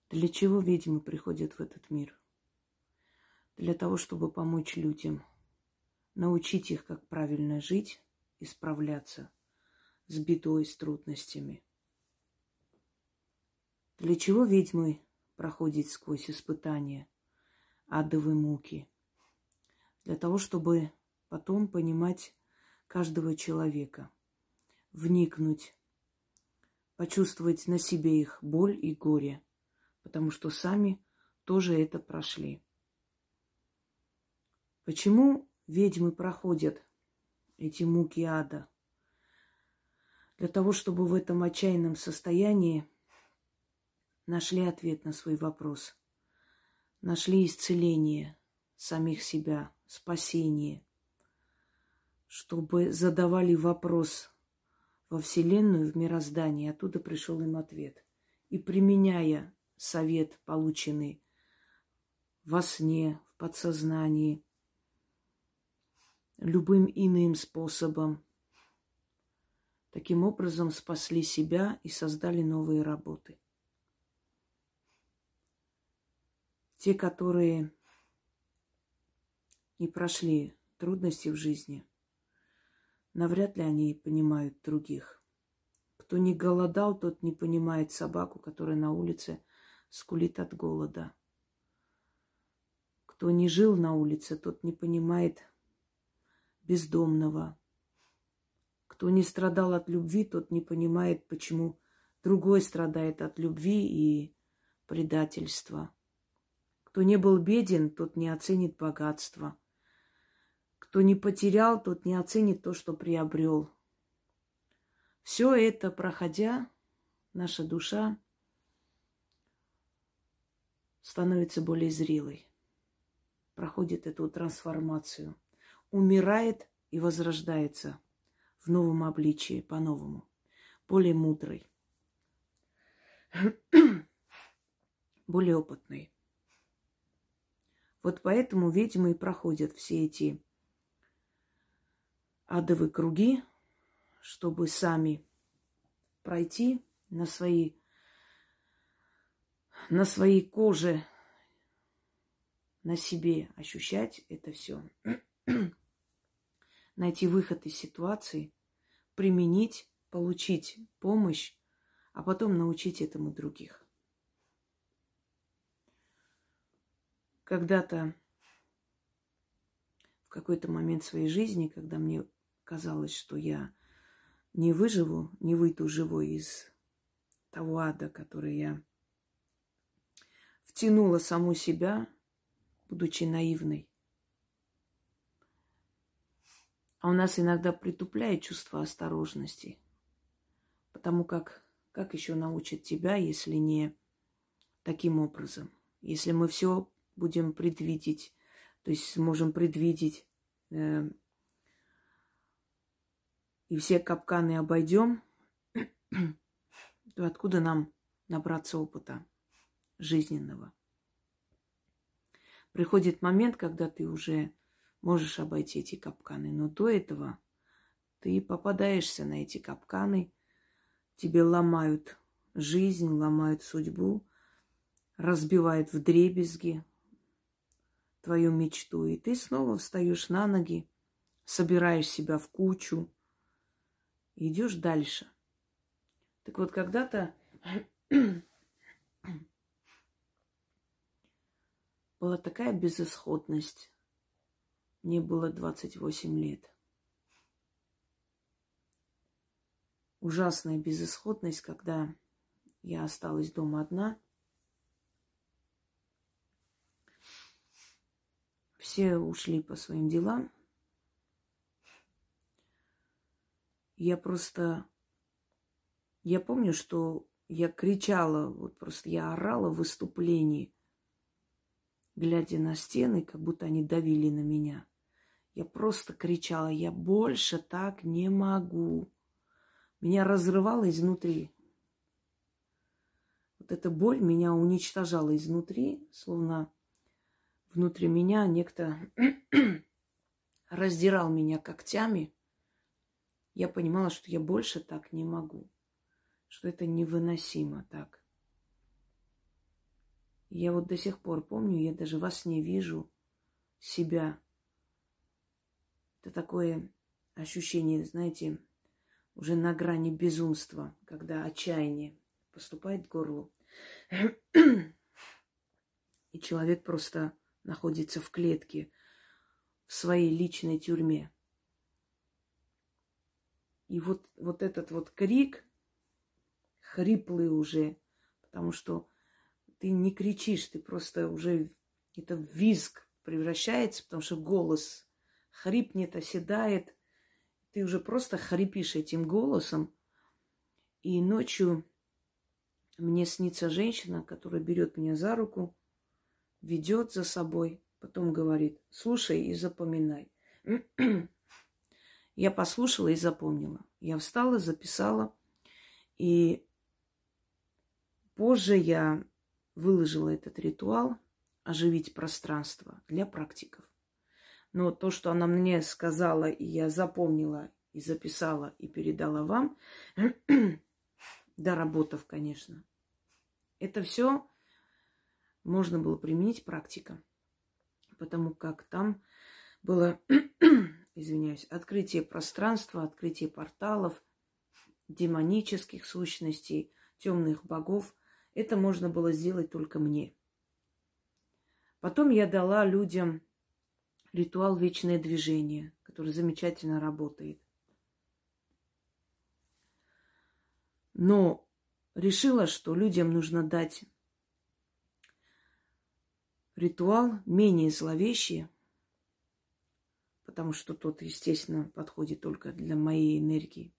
Для чего ведьмы приходят в этот мир? Для того, чтобы помочь людям, научить их, как правильно жить и справляться с бедой, с трудностями. Для чего ведьмы проходят сквозь испытания, адовые муки? Для того, чтобы потом понимать каждого человека, вникнуть, почувствовать на себе их боль и горе, потому что сами тоже это прошли. Почему ведьмы проходят эти муки ада? Для того, чтобы в этом отчаянном состоянии нашли ответ на свой вопрос, нашли исцеление самих себя, спасение, чтобы задавали вопрос во Вселенную, в мироздание, оттуда пришел им ответ. И применяя совет, полученный во сне, в подсознании, любым иным способом, таким образом спасли себя и создали новые работы. Те, которые не прошли трудности в жизни, навряд ли они понимают других. Кто не голодал, тот не понимает собаку, которая на улице скулит от голода. Кто не жил на улице, тот не понимает бездомного. Кто не страдал от любви, тот не понимает, почему другой страдает от любви и предательства. Кто не был беден, тот не оценит богатство. Кто не потерял, тот не оценит то, что приобрел. Все это, проходя, наша душа становится более зрелой, проходит эту трансформацию, умирает и возрождается в новом обличии, по-новому, более мудрой, более опытной. Вот поэтому ведьмы и проходят все эти адовые круги, чтобы сами пройти на своей коже, на себе ощущать это все, найти выход из ситуации, применить, получить помощь, а потом научить этому других. Когда-то, в какой-то момент своей жизни, когда мне казалось, что я не выживу, не выйду живой из того ада, который я втянула саму себя, будучи наивной. А у нас иногда притупляет чувство осторожности, потому как еще научат тебя, если не таким образом? Если мы все будем предвидеть, то есть сможем предвидеть и все капканы обойдем, то откуда нам набраться опыта жизненного? Приходит момент, когда ты уже можешь обойти эти капканы, но до этого ты попадаешься на эти капканы, тебе ломают жизнь, ломают судьбу, разбивают вдребезги твою мечту, и ты снова встаешь на ноги, собираешь себя в кучу, и идешь дальше. Так вот, когда-то была такая безысходность. Мне было 28 лет. Ужасная безысходность, когда я осталась дома одна. Все ушли по своим делам. Я помню, что я кричала, вот просто я орала в выступлении, глядя на стены, как будто они давили на меня. Я просто кричала, я больше так не могу. Меня разрывало изнутри. Вот эта боль меня уничтожала изнутри, словно внутри меня некто раздирал меня когтями. Я понимала, что я больше так не могу, что это невыносимо так. Я вот до сих пор помню, я даже во сне вижу себя. Это такое ощущение, знаете, уже на грани безумства, когда отчаяние поступает к горлу. И человек просто находится в клетке, в своей личной тюрьме. И вот этот вот крик, хриплый уже, потому что ты не кричишь, ты просто уже, это в визг превращается, потому что голос хрипнет, оседает. Ты уже просто хрипишь этим голосом. И ночью мне снится женщина, которая берет меня за руку, ведет за собой, потом говорит: слушай и запоминай. Я послушала и запомнила. Я встала, записала. И позже я выложила этот ритуал «Оживить пространство» для практиков. Но то, что она мне сказала, и я запомнила, и записала, и передала вам, доработав, конечно, это все можно было применить практикам. Потому как там было, извиняюсь, открытие пространства, открытие порталов, демонических сущностей, темных богов. Это можно было сделать только мне. Потом я дала людям ритуал «Вечное движение», который замечательно работает. Но решила, что людям нужно дать ритуал менее зловещий, потому что тот, естественно, подходит только для моей энергии,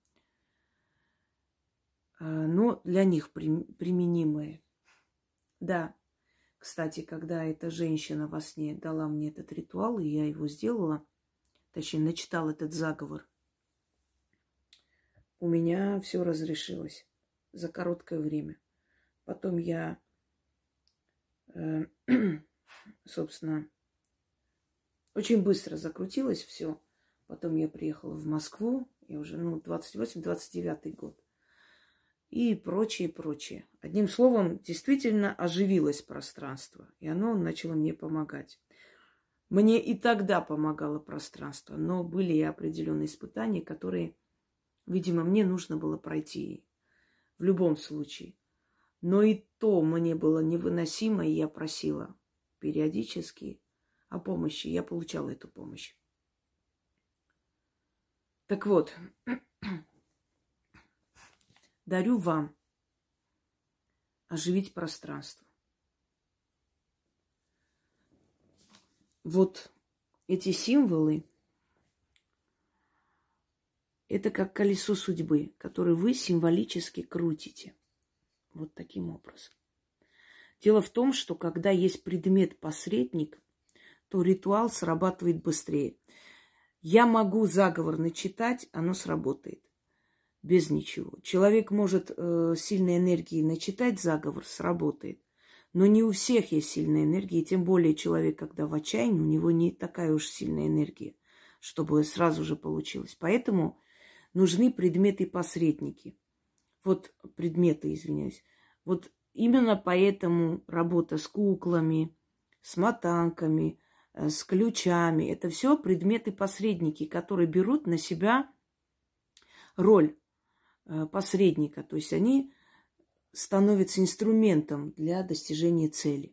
но для них применимые. Да, кстати, когда эта женщина во сне дала мне этот ритуал, и я его сделала, точнее, начитала этот заговор, у меня все разрешилось за короткое время. Потом я, собственно, очень быстро закрутилось все. Потом я приехала в Москву, я уже, 28-29 год. И прочее, прочее. Одним словом, действительно оживилось пространство, и оно начало мне помогать. Мне и тогда помогало пространство, но были и определенные испытания, которые, видимо, мне нужно было пройти в любом случае. Но и то мне было невыносимо, и я просила периодически о помощи. Я получала эту помощь. Так вот, дарю вам оживить пространство. Вот эти символы, это как колесо судьбы, которое вы символически крутите. Вот таким образом. Дело в том, что когда есть предмет-посредник, то ритуал срабатывает быстрее. Я могу заговор начитать, оно сработает. Без ничего. Человек может сильной энергией начитать заговор, сработает. Но не у всех есть сильная энергия, и тем более человек, когда в отчаянии, у него не такая уж сильная энергия, чтобы сразу же получилось. Поэтому нужны предметы-посредники. Вот предметы, извиняюсь. Вот именно поэтому работа с куклами, с мотанками, с ключами, это все предметы-посредники, которые берут на себя роль посредника. То есть они становятся инструментом для достижения цели.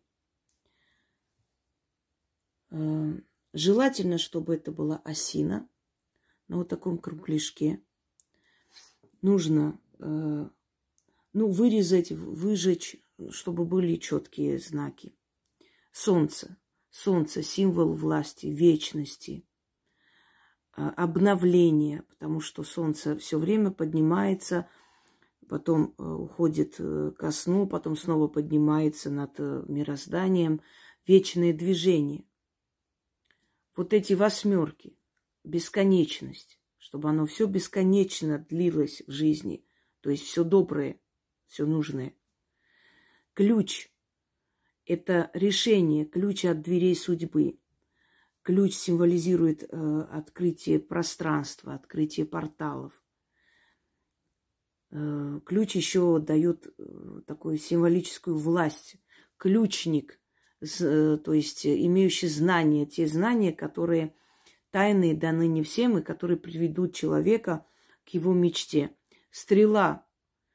Желательно, чтобы это была осина на вот таком кругляшке. Нужно вырезать, выжечь, чтобы были четкие знаки. Солнце. Солнце – символ власти, вечности, обновления, потому что солнце все время поднимается, потом уходит ко сну, потом снова поднимается над мирозданием. Вечное движение. Вот эти восьмерки, бесконечность, чтобы оно все бесконечно длилось в жизни, то есть все доброе, все нужное. Ключ – это решение, ключ от дверей судьбы. Ключ символизирует открытие пространства, открытие порталов. Ключ еще дает такую символическую власть. ключник, то есть имеющий знания, те знания, которые тайные даны не всем и которые приведут человека к его мечте. Стрела,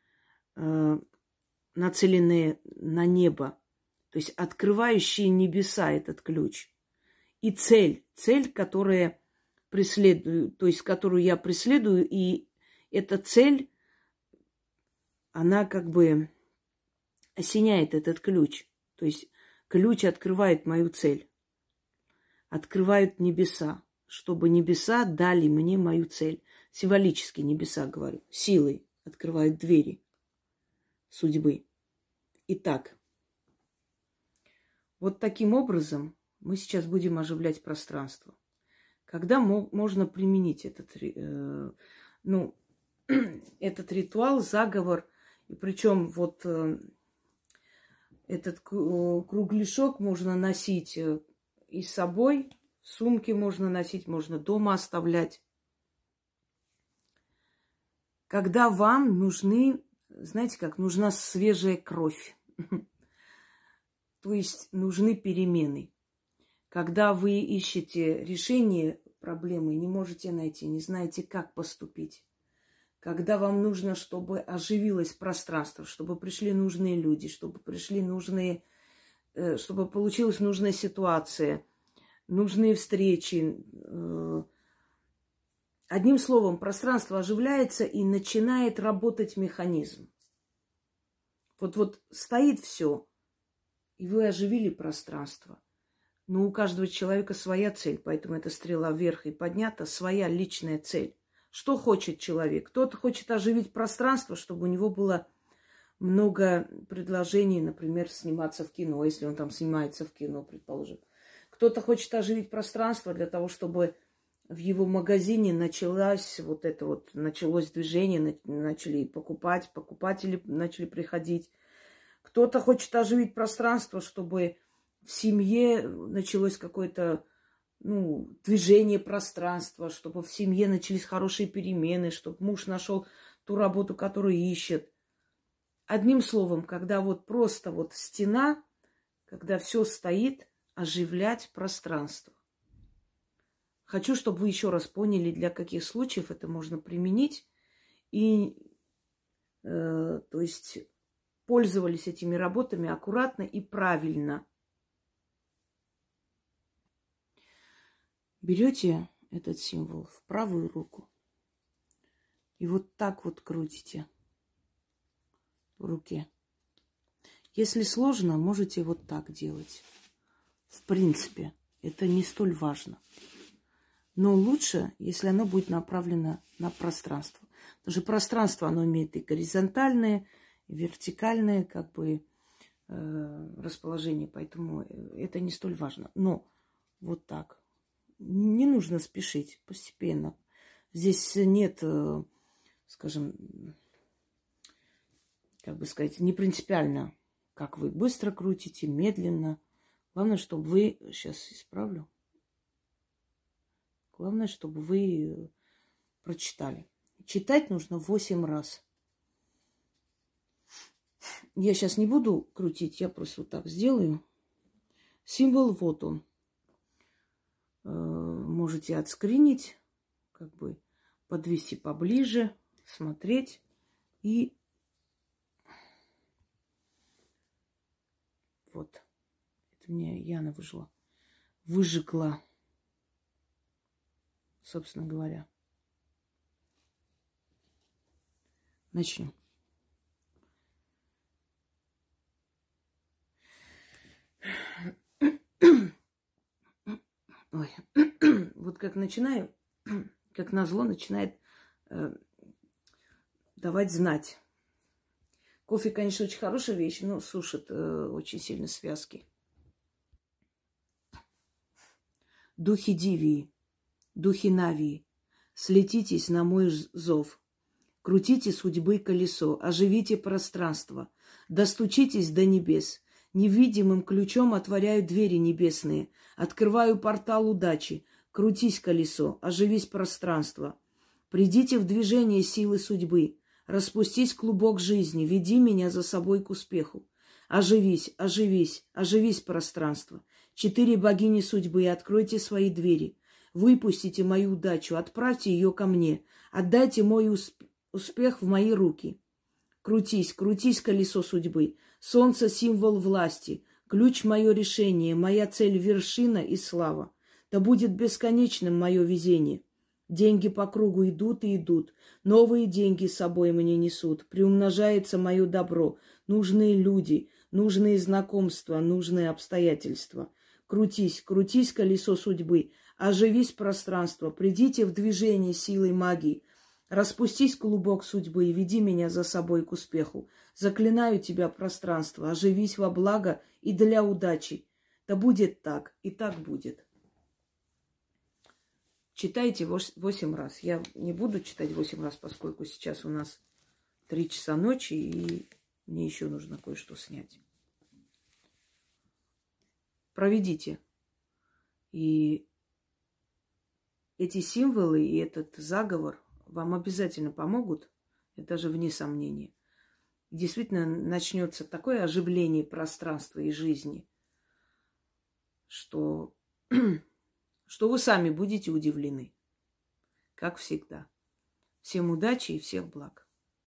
нацеленная на небо, то есть открывающие небеса этот ключ. И цель, которая преследую, то есть которую я преследую, и эта цель, она как бы осеняет этот ключ. То есть ключ открывает мою цель, открывают небеса, чтобы небеса дали мне мою цель. Символически небеса, говорю, силой открывают двери судьбы. Итак, вот таким образом мы сейчас будем оживлять пространство. Когда можно применить этот ритуал, заговор, и причем вот этот кругляшок можно носить и с собой, в сумке можно носить, можно дома оставлять. Когда вам нужны, знаете как, нужна свежая кровь, то есть нужны перемены. Когда вы ищете решение проблемы, не можете найти, не знаете, как поступить. Когда вам нужно, чтобы оживилось пространство, чтобы пришли нужные люди, чтобы пришли нужные, чтобы получилась нужная ситуация, нужные встречи. Одним словом, пространство оживляется и начинает работать механизм. Вот стоит все, и вы оживили пространство. Но у каждого человека своя цель, поэтому эта стрела вверх и поднята, своя личная цель. Что хочет человек? Кто-то хочет оживить пространство, чтобы у него было много предложений, например, сниматься в кино, если он там снимается в кино, предположим. Кто-то хочет оживить пространство для того, чтобы в его магазине началось движение, начали покупать, покупатели начали приходить. Кто-то хочет оживить пространство, чтобы в семье началось какое-то движение пространства, чтобы в семье начались хорошие перемены, чтобы муж нашел ту работу, которую ищет. Одним словом, когда просто стена, когда все стоит, оживлять пространство. Хочу, чтобы вы еще раз поняли, для каких случаев это можно применить. И, то есть, пользовались этими работами аккуратно и правильно. Берете этот символ в правую руку и вот так вот крутите в руке. Если сложно, можете вот так делать. В принципе, это не столь важно. Но лучше, если оно будет направлено на пространство. Потому что пространство, оно имеет и горизонтальное, и вертикальное расположение. Поэтому это не столь важно. Но вот так. Не нужно спешить, постепенно. Здесь нет, скажем, не принципиально, как вы быстро крутите, медленно. Главное, чтобы вы... Сейчас исправлю. Главное, чтобы вы прочитали. Читать нужно 8 раз. Я сейчас не буду крутить, я просто вот так сделаю. Символ вот он. Можете отскринить, подвести поближе, смотреть. И вот. Это мне Яна выжгла, собственно говоря. Начнем. Ой, вот как начинаю, как назло, начинает давать знать. Кофе, конечно, очень хорошая вещь, но сушит очень сильно связки. Духи Дивии, духи Навии, слетитесь на мой зов. Крутите судьбы колесо, оживите пространство, достучитесь до небес. Невидимым ключом отворяю двери небесные, открываю портал удачи. Крутись, колесо, оживись пространство. Придите в движение силы судьбы, распустись клубок жизни, веди меня за собой к успеху. Оживись, оживись, оживись, пространство. 4 богини судьбы, откройте свои двери. Выпустите мою удачу, отправьте ее ко мне. Отдайте мой успех в мои руки. Крутись, крутись, колесо судьбы. Солнце — символ власти. Ключ — мое решение, моя цель — вершина и слава. Да будет бесконечным мое везение. Деньги по кругу идут и идут. Новые деньги с собой мне несут. Приумножается мое добро. Нужные люди, нужные знакомства, нужные обстоятельства. Крутись, крутись, колесо судьбы. Оживись, пространство. Придите в движение силой магии. Распустись, клубок судьбы, и веди меня за собой к успеху. Заклинаю тебя, пространство, оживись во благо и для удачи. Да будет так, и так будет. Читайте 8 раз. Я не буду читать 8 раз, поскольку сейчас у нас 3 часа ночи, и мне еще нужно кое-что снять. Проведите. И эти символы, и этот заговор вам обязательно помогут. Это даже вне сомнения. Действительно начнется такое оживление пространства и жизни, что вы сами будете удивлены. Как всегда. Всем удачи и всех благ.